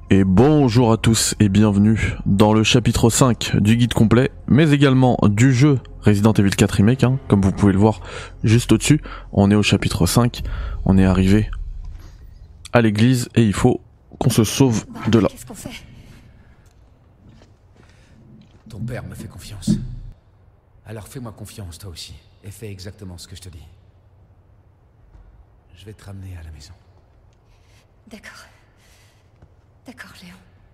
Et bonjour à tous et bienvenue dans le chapitre 5 du guide complet, mais également du jeu Resident Evil 4 Remake, comme vous pouvez le voir juste au-dessus. On est au chapitre 5, on est arrivé à l'église et il faut qu'on se sauve de là. Qu'est-ce qu'on fait? Ton père me fait confiance. Alors fais-moi confiance toi aussi, et fais exactement ce que je te dis. Je vais te ramener à la maison. D'accord. D'accord, Léon.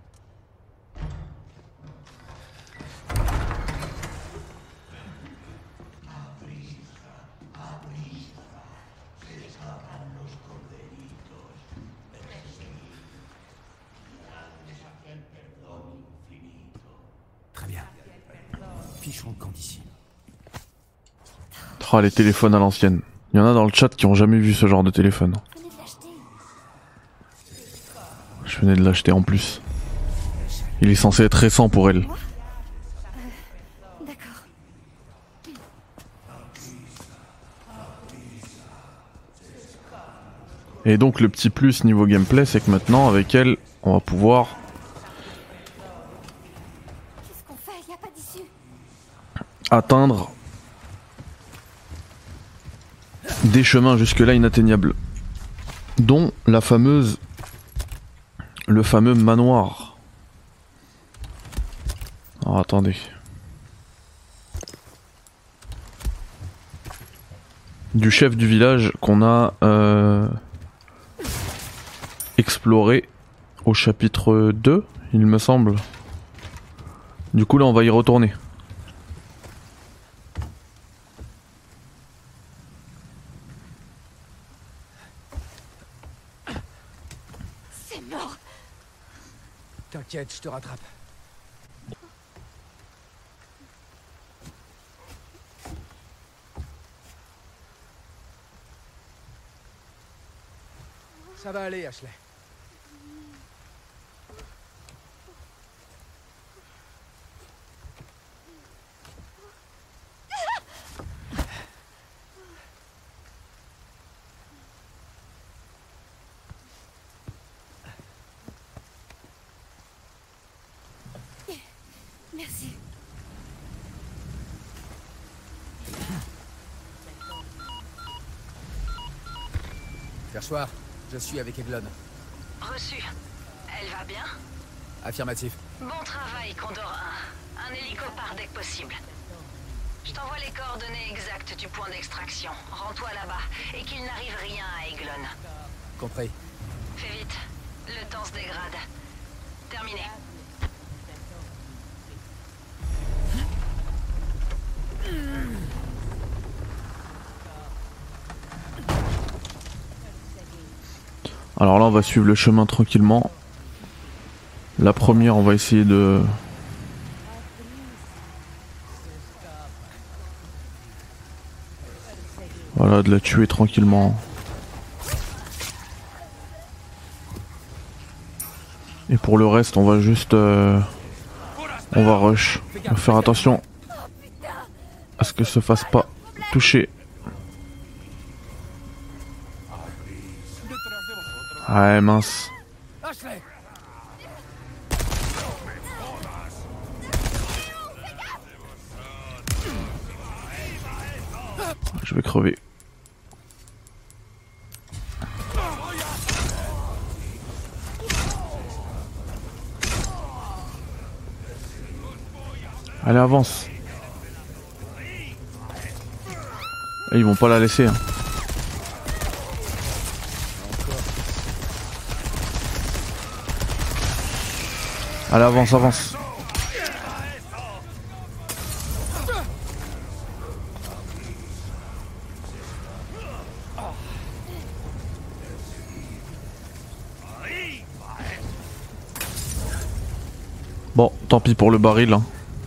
Très bien. Fichons le camp d'ici. Oh, les téléphones à l'ancienne. Il y en a dans le chat qui ont jamais vu ce genre de téléphone. Venez de l'acheter. Je venais de l'acheter en plus. Il est censé être récent pour elle. D'accord. Et donc le petit plus niveau gameplay, c'est que maintenant avec elle, on va pouvoir Qu'est-ce qu'on fait? Y a pas d'issue. atteindre des chemins jusque-là inatteignables, dont le fameux manoir. Alors attendez. Du chef du village qu'on a exploré au chapitre 2, il me semble. Du coup là on va y retourner. C'est mort. T'inquiète, je te rattrape. Ça va aller, Ashley. Merci. Faire soir, je suis avec Eglon. Reçu. Elle va bien? Affirmatif. Bon travail, Condor 1. Un hélico part dès que possible. Je t'envoie les coordonnées exactes du point d'extraction. Rends-toi là-bas et qu'il n'arrive rien à Eglon. Compris. Fais vite. Le temps se dégrade. Terminé. Alors là on va suivre le chemin tranquillement. La première on va essayer de... Voilà, de la tuer tranquillement. Et pour le reste on va juste... on va rush. On va faire attention à ce que se fasse pas toucher. Ouais mince. Ashley! Je vais crever. Allez avance. Et ils vont pas la laisser. Allez avance, avance. Bon, tant pis pour le baril.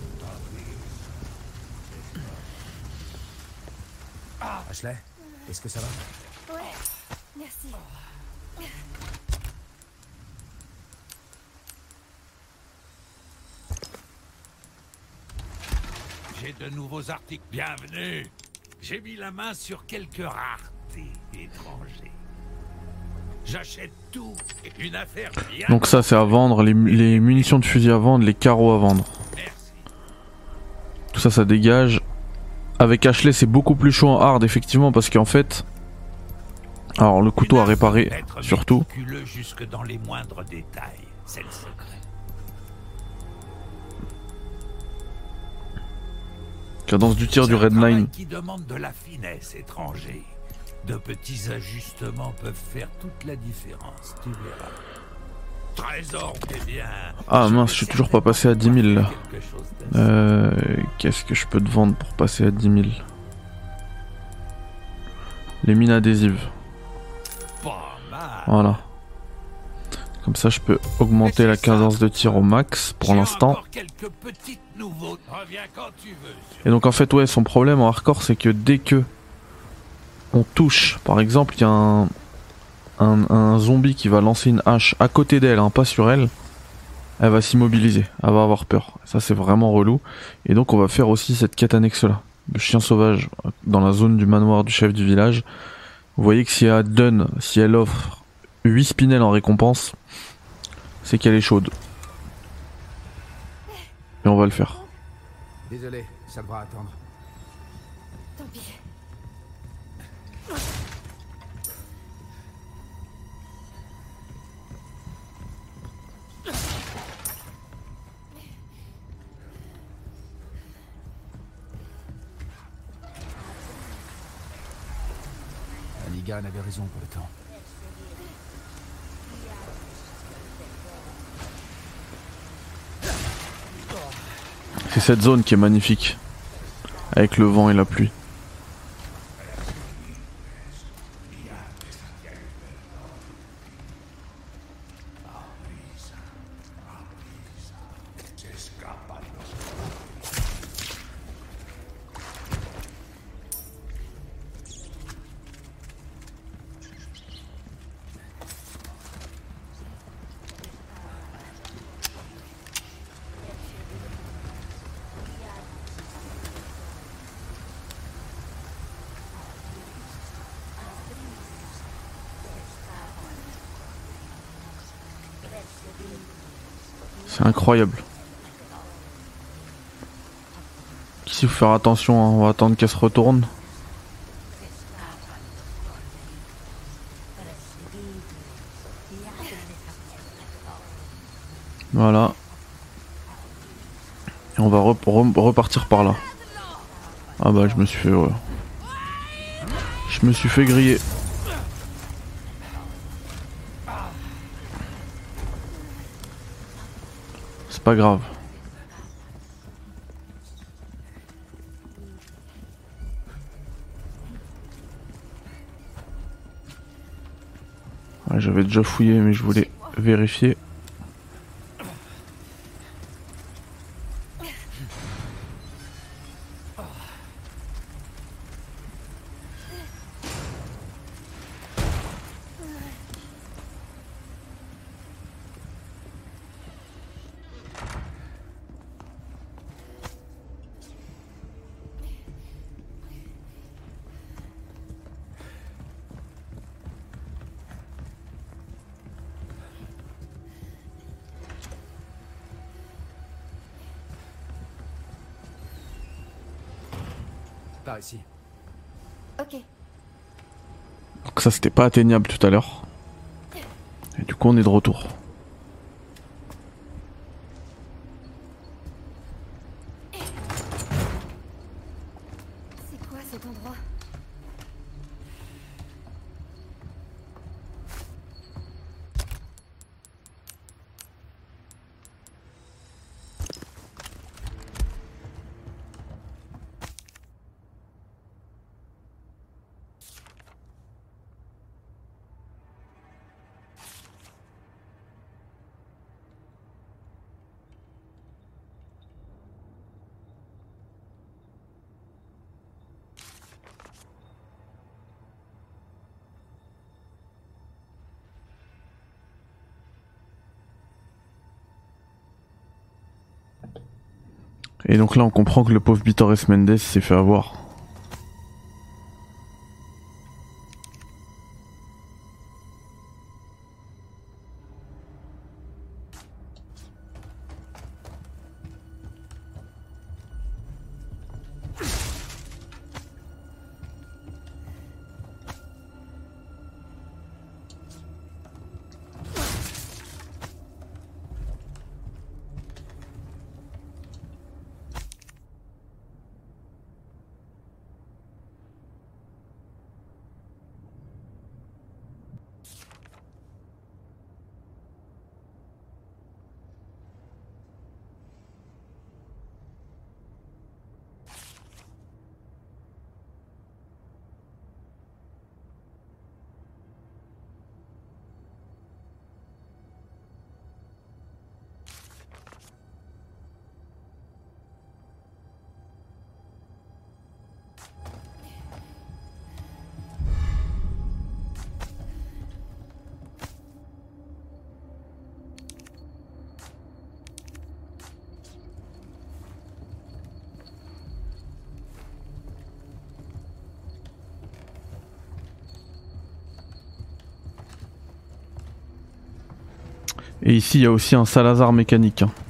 Ashley, est-ce que ça va? Ouais. Merci. J'ai de nouveaux articles. Bienvenue. J'ai mis la main sur quelques raretés étrangers. J'achète tout tout. Une affaire bien. Donc ça c'est à vendre, les munitions de fusil à vendre, les carreaux à vendre. Merci. Tout ça ça dégage. Avec Ashley c'est beaucoup plus chaud en hard effectivement parce qu'en fait... Alors le couteau à réparer Être surtout. méticuleux jusque dans les moindres détails. C'est le secret. Cadence du tir du C'est un travail Redline. qui demande de la finesse, étranger. De petits ajustements peuvent faire toute la différence, tu verras. Trésor, t'es bien. Ah mince, je suis toujours pas passé à 10 000 là. Quelque chose d'assez- Qu'est-ce que je peux te vendre pour passer à 10 000? Les mines adhésives. Pas mal. Voilà. Comme ça je peux augmenter la cadence de tir au max pour J'ai l'instant. encore quelques petites nouveautés. Reviens quand tu veux. Et donc en fait ouais son problème en hardcore c'est que dès que on touche, par exemple il y a un zombie qui va lancer une hache à côté d'elle, hein, pas sur elle, elle va s'immobiliser, elle va avoir peur. Ça c'est vraiment relou. Et donc on va faire aussi cette quête annexe là, le chien sauvage dans la zone du manoir du chef du village. Vous voyez que si elle donne, si elle offre 8 spinels en récompense, c'est qu'elle est chaude. Et on va le faire. Désolé, ça devra attendre. Tant pis. Anigan avait raison pour le temps. C'est cette zone qui est magnifique, avec le vent et la pluie. C'est incroyable. Ici il faut faire attention, hein. On va attendre qu'elle se retourne. Voilà. Et on va repartir par là. Ah bah je me suis fait... Je me suis fait griller. C'est pas grave. Ouais, j'avais déjà fouillé mais je voulais vérifier. Par ici. Ok. Donc ça c'était pas atteignable tout à l'heure. Et du coup on est de retour. C'est quoi cet endroit? Et donc là on comprend que le pauvre Bitores Mendes s'est fait avoir. Et ici il y a aussi un Salazar mécanique. Hein.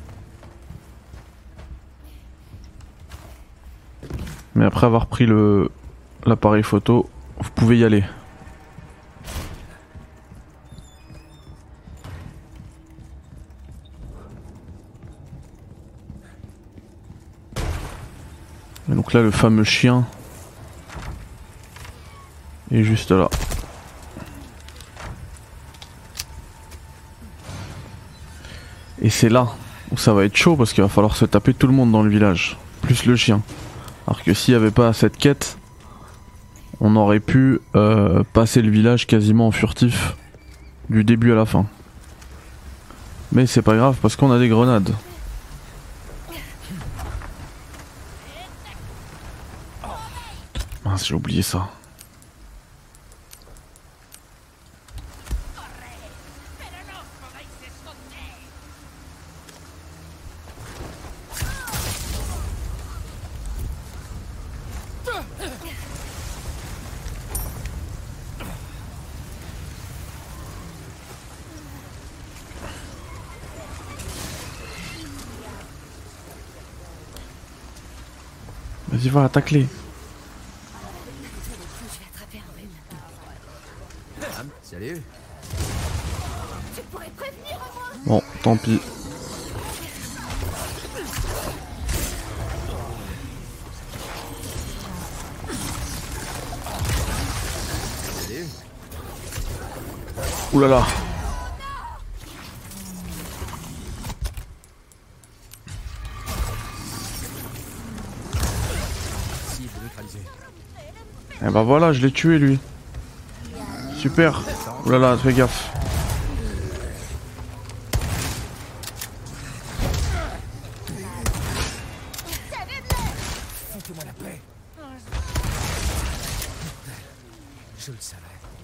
Mais après avoir pris l'appareil photo, vous pouvez y aller. Et donc là le fameux chien est juste là. Et c'est là où ça va être chaud parce qu'il va falloir se taper tout le monde dans le village, plus le chien. Alors que s'il n'y avait pas cette quête, on aurait pu passer le village quasiment en furtif du début à la fin. Mais c'est pas grave parce qu'on a des grenades. Mince, j'ai oublié ça. Vas-y, va, attaque-les. Je vais attraper un rhume. Salut. Tu pourrais prévenir au moins. Bon, tant pis. Salut. Ouh là là. Cible neutralisée. Et bah voilà, je l'ai tué lui. Super. Ouh là là, fais gaffe. Foutez-moi la paix. Je le savais.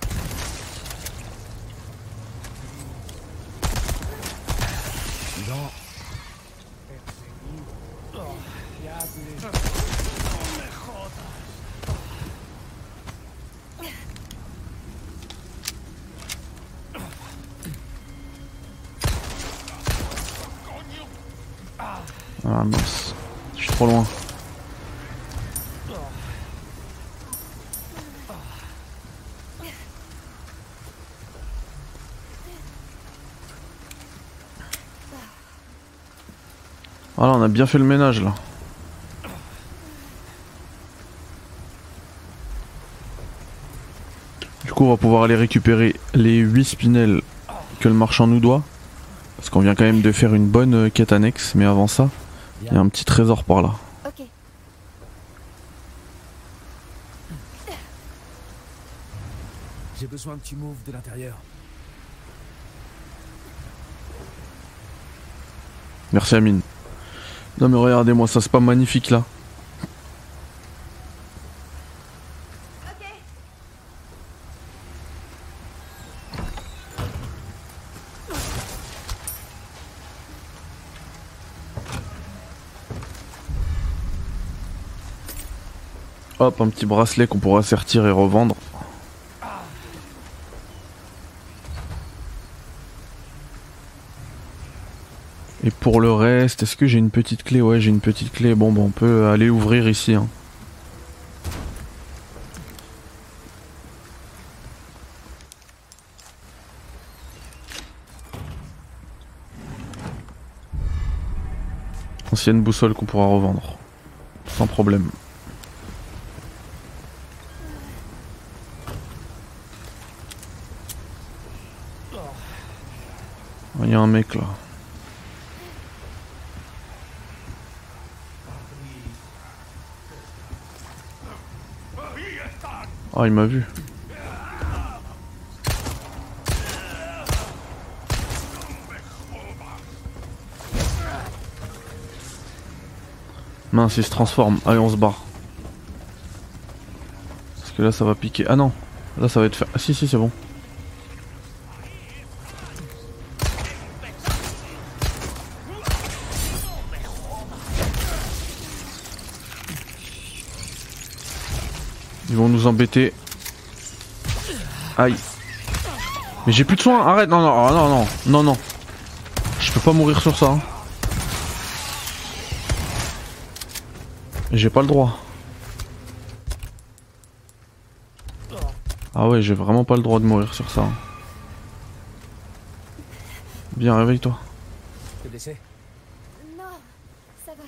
Non. Ah mince, je suis trop loin. Voilà, on a bien fait le ménage là. Du coup on va pouvoir aller récupérer les 8 spinels que le marchand nous doit. Parce qu'on vient quand même de faire une bonne quête annexe, mais avant ça, il y a un petit trésor par là. Ok. J'ai besoin que tu m'ouvres de l'intérieur. Merci Amine. Non mais regardez-moi ça, c'est pas magnifique là. Ok. Hop, un petit bracelet qu'on pourra sertir et revendre. Et pour le reste, est-ce que j'ai une petite clé? Ouais, j'ai une petite clé. Bon, on peut aller ouvrir ici. Hein. Ancienne boussole qu'on pourra revendre. Sans problème. Il y a un mec là. Ah, il m'a vu. Mince, il se transforme. Allez, on se barre. Parce que là, ça va piquer. Ah non, là, ça va être fait. Ah si, c'est bon. Ils vont nous embêter. Aïe. Mais j'ai plus de soins, arrête, non. peux pas mourir sur ça. Hein. J'ai pas le droit. Ah ouais, j'ai vraiment pas le droit de mourir sur ça. Hein. Bien, réveille-toi. T'es blessé? Non, ça va.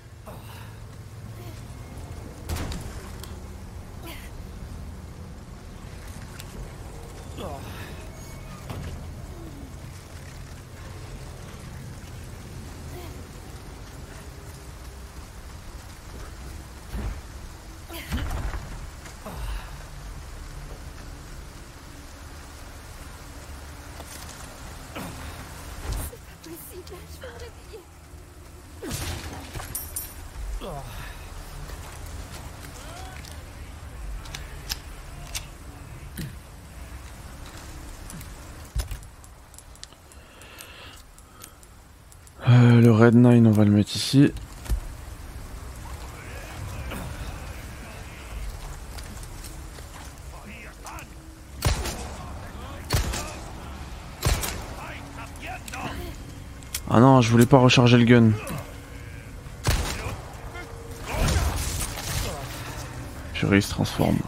Je vais me réveiller. Le Red 9, on va le mettre ici. Ah non, je voulais pas recharger le gun. Purée, il se transforme.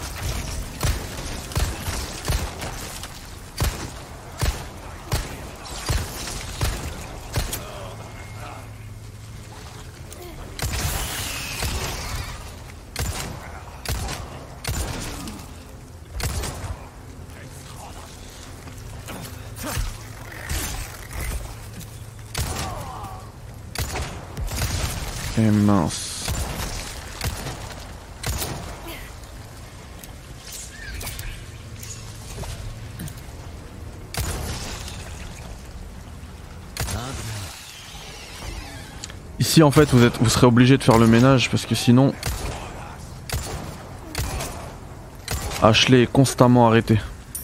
Et mince. Ici en fait vous serez obligé de faire le ménage parce que sinon Ashley est constamment arrêté.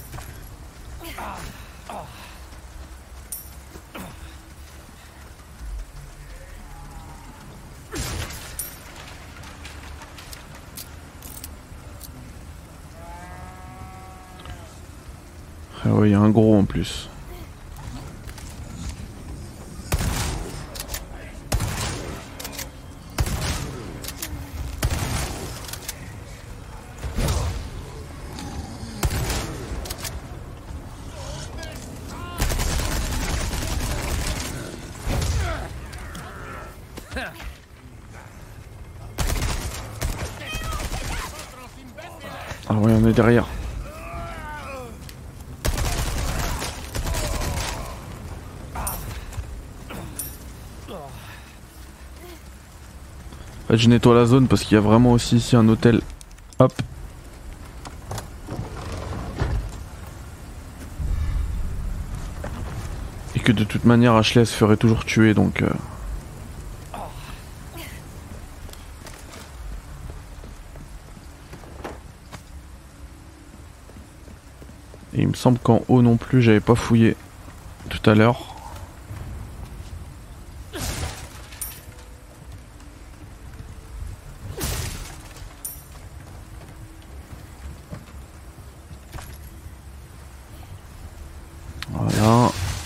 Ah ouais, il y a un gros en plus. Ah ouais, on est derrière. En fait, je nettoie la zone parce qu'il y a vraiment aussi ici un hôtel. Hop. Et que de toute manière Ashley se ferait toujours tuer donc... Et il me semble qu'en haut non plus j'avais pas fouillé tout à l'heure. Voilà.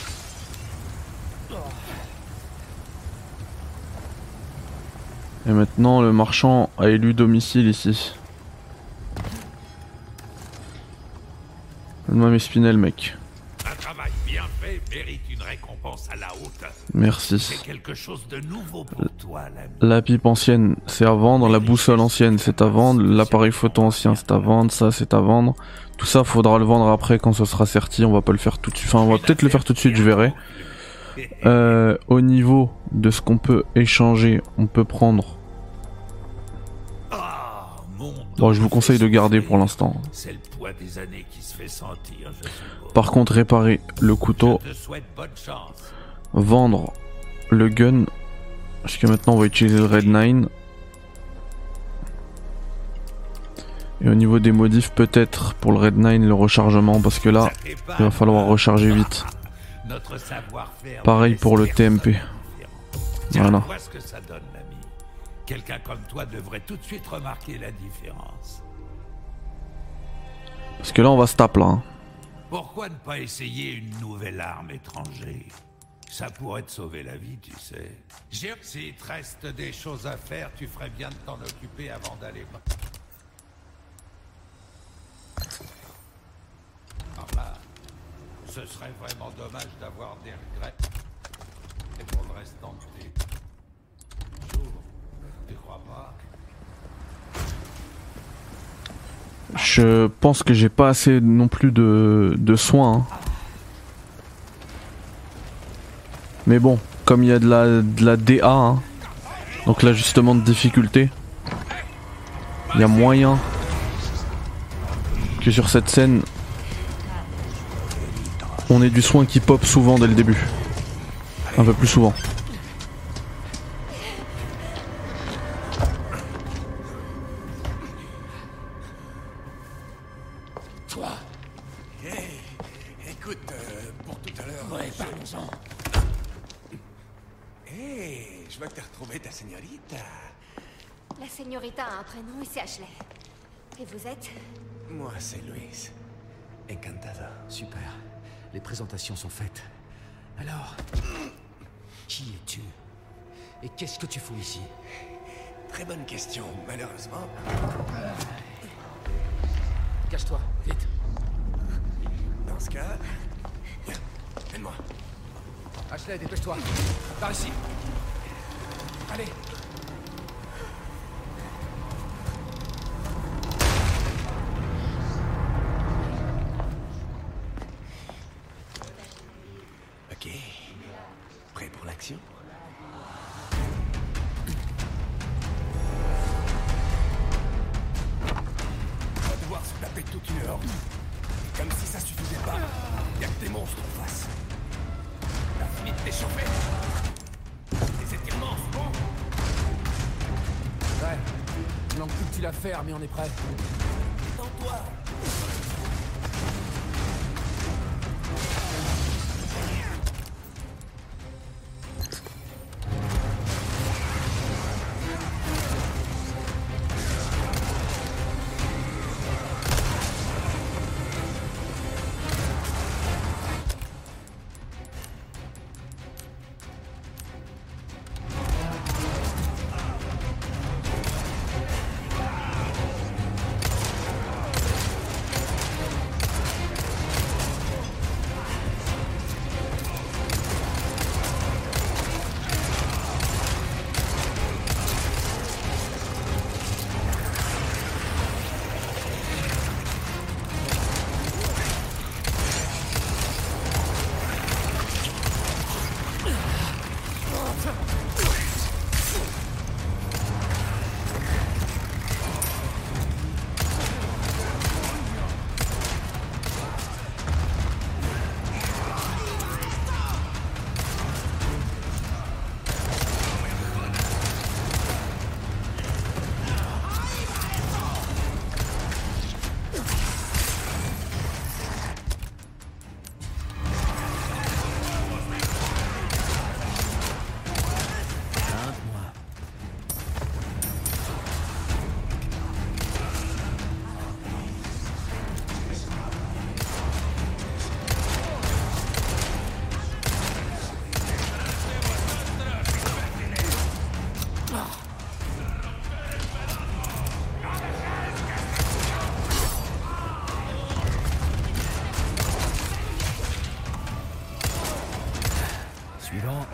Et maintenant le marchand a élu domicile ici. Donne-moi mes spinels, mec. Un travail bien fait mérite une récompense à la hauteur. Merci. C'est quelque chose de nouveau pour toi, l'ami. La pipe ancienne, c'est à vendre. La boussole ancienne, c'est à vendre. L'appareil photo ancien, c'est à vendre. Ça, c'est à vendre. Tout ça, faudra le vendre après quand ce sera sorti. On va pas le faire tout de suite. Enfin, on va peut-être le faire tout de suite, je verrai. Au niveau de ce qu'on peut échanger, on peut prendre... Bon, je vous conseille de garder pour l'instant. C'est le poids des années qui se fait sentir, je suppose. Par contre, réparer le couteau, Je te souhaite bonne chance. vendre le gun, parce que maintenant on va utiliser le Red 9. Et au niveau des modifs, peut-être pour le Red 9 le rechargement, parce que là, il va falloir recharger vite. Notre savoir-faire. Pareil pour le TMP. Voilà. Vois ce que ça donne, l'ami. Quelqu'un comme toi devrait tout de suite remarquer la différence. Parce que là on va se taper là. Hein. Pourquoi ne pas essayer une nouvelle arme étrangère? Ça pourrait te sauver la vie, tu sais. S'il te reste des choses à faire, tu ferais bien de t'en occuper avant d'aller... par là. Ce serait vraiment dommage d'avoir des regrets. Et pour le restant de tes jours, tu crois pas? Je pense que j'ai pas assez non plus de soins. Hein. Mais bon, comme il y a de la DA, hein, donc l'ajustement de difficulté, il y a moyen que sur cette scène, on ait du soin qui pop souvent dès le début. Un peu plus souvent. Toi. Hey, écoute, pour tout à l'heure... Ouais, parlons-en. Hey, je vois que t'as retrouvé ta señorita. La señorita a un prénom et c'est Ashley. Et vous êtes? Moi, c'est Luis. Encantado. Super. Les présentations sont faites. Alors, qui es-tu? Et qu'est-ce que tu fous ici? Très bonne question, malheureusement. Cache-toi, vite. Dans ce cas... Viens, aide-moi. Ashley, dépêche-toi. Par ici. Allez. Ok. Prêt pour l'action? On va devoir se taper toute une horde. Et comme si ça suffisait pas, y a que des monstres en face. T'as fini de t'échauffer? Les étirements, c'est bon? Ouais. Il manque plus que tu l'as faire, mais on est prêt. Détends-toi. Suivant.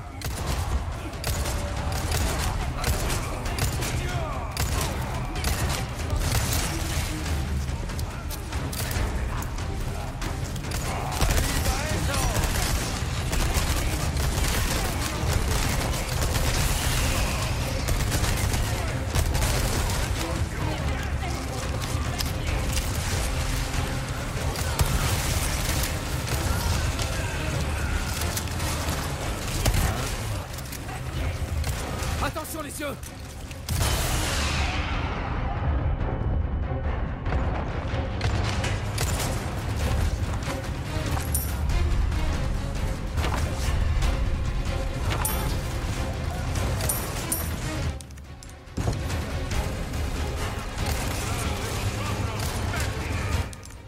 Attention les yeux!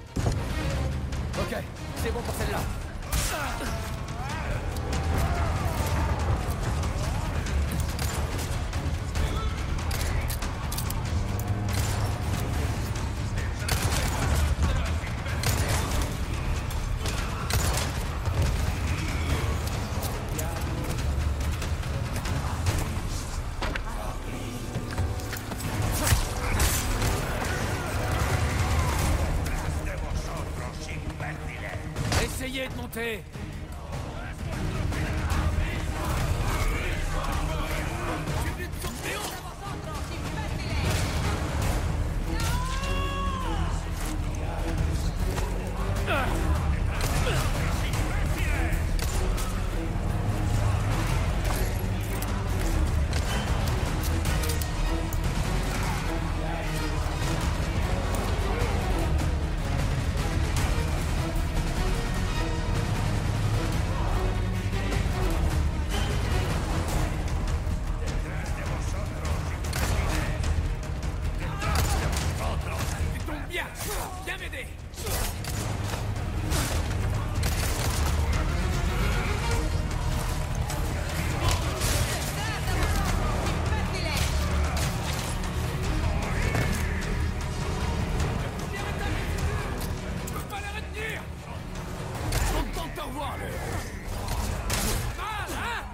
Ok, c'est bon pour celle-là. monter. Viens m'aider. Je peux pas les retenir. Content de te revoir, le héros. Mal, hein?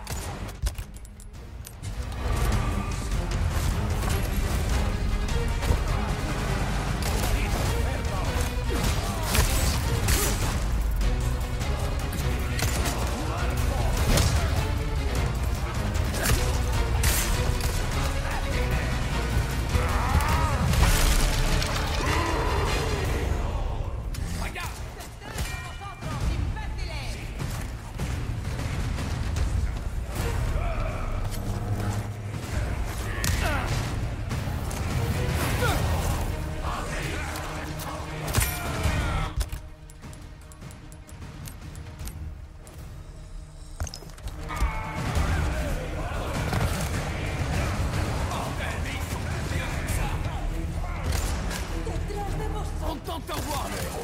Content de te revoir, le héros.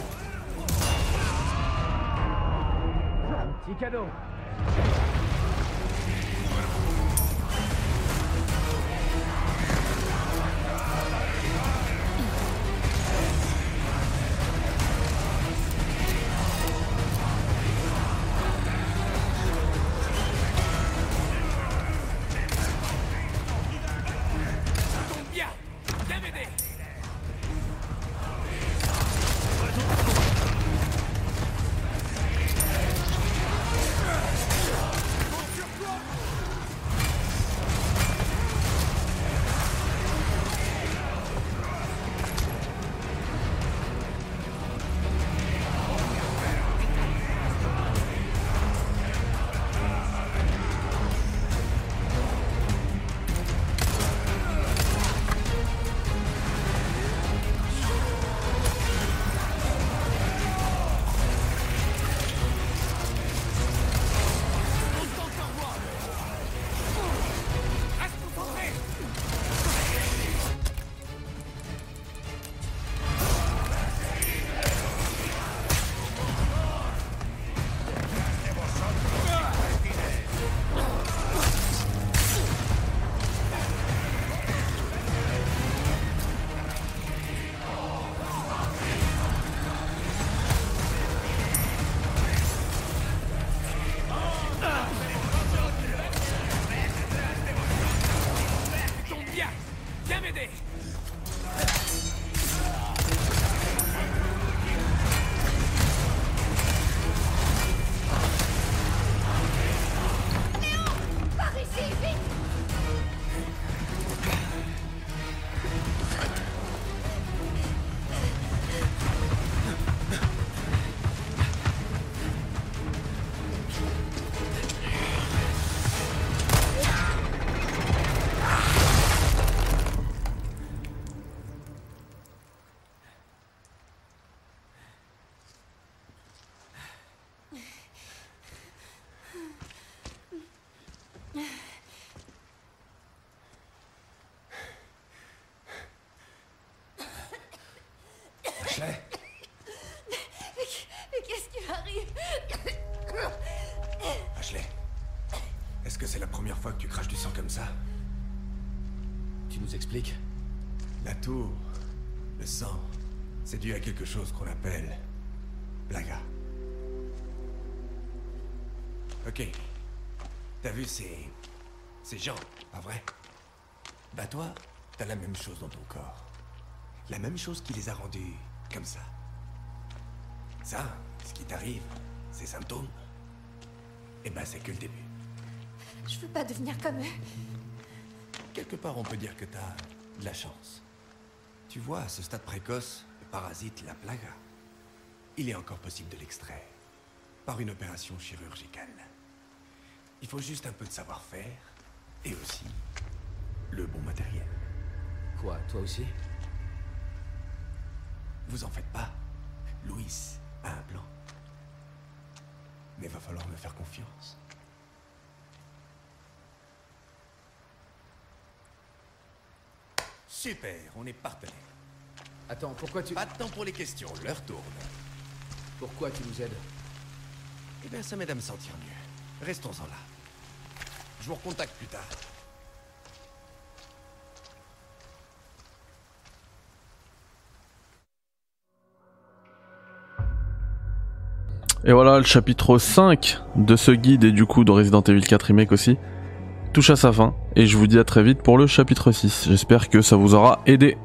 Petit cadeau. Tombe bien. Viens m'aider. Viens m'aider. Par ici, vite! Ashley, Mais qu'est-ce qui m'arrive? Ashley, est-ce que c'est la première fois que tu craches du sang comme ça? Tu nous expliques? La tour, le sang, c'est dû à quelque chose qu'on appelle Plaga. Ok. T'as vu ces gens, pas vrai? Bah toi, t'as la même chose dans ton corps. La même chose qui les a rendus comme ça. Ça, ce qui t'arrive, ces symptômes, eh ben c'est que le début. Je veux pas devenir comme eux. Quelque part, on peut dire que t'as de la chance. Tu vois, à ce stade précoce, le parasite, la plaga, il est encore possible de l'extraire par une opération chirurgicale. Il faut juste un peu de savoir-faire et aussi le bon matériel. Quoi, toi aussi? Vous en faites pas. Louis a un plan. Mais va falloir me faire confiance. Super, on est partenaires. Attends, pourquoi tu... Pas de temps pour les questions, l'heure tourne. Pourquoi tu nous aides? Eh bien, ça m'aide à me sentir mieux. Restons-en là. Je vous recontacte plus tard. Et voilà, le chapitre 5 de ce guide et du coup de Resident Evil 4 Remake aussi touche à sa fin. Et je vous dis à très vite pour le chapitre 6. J'espère que ça vous aura aidé.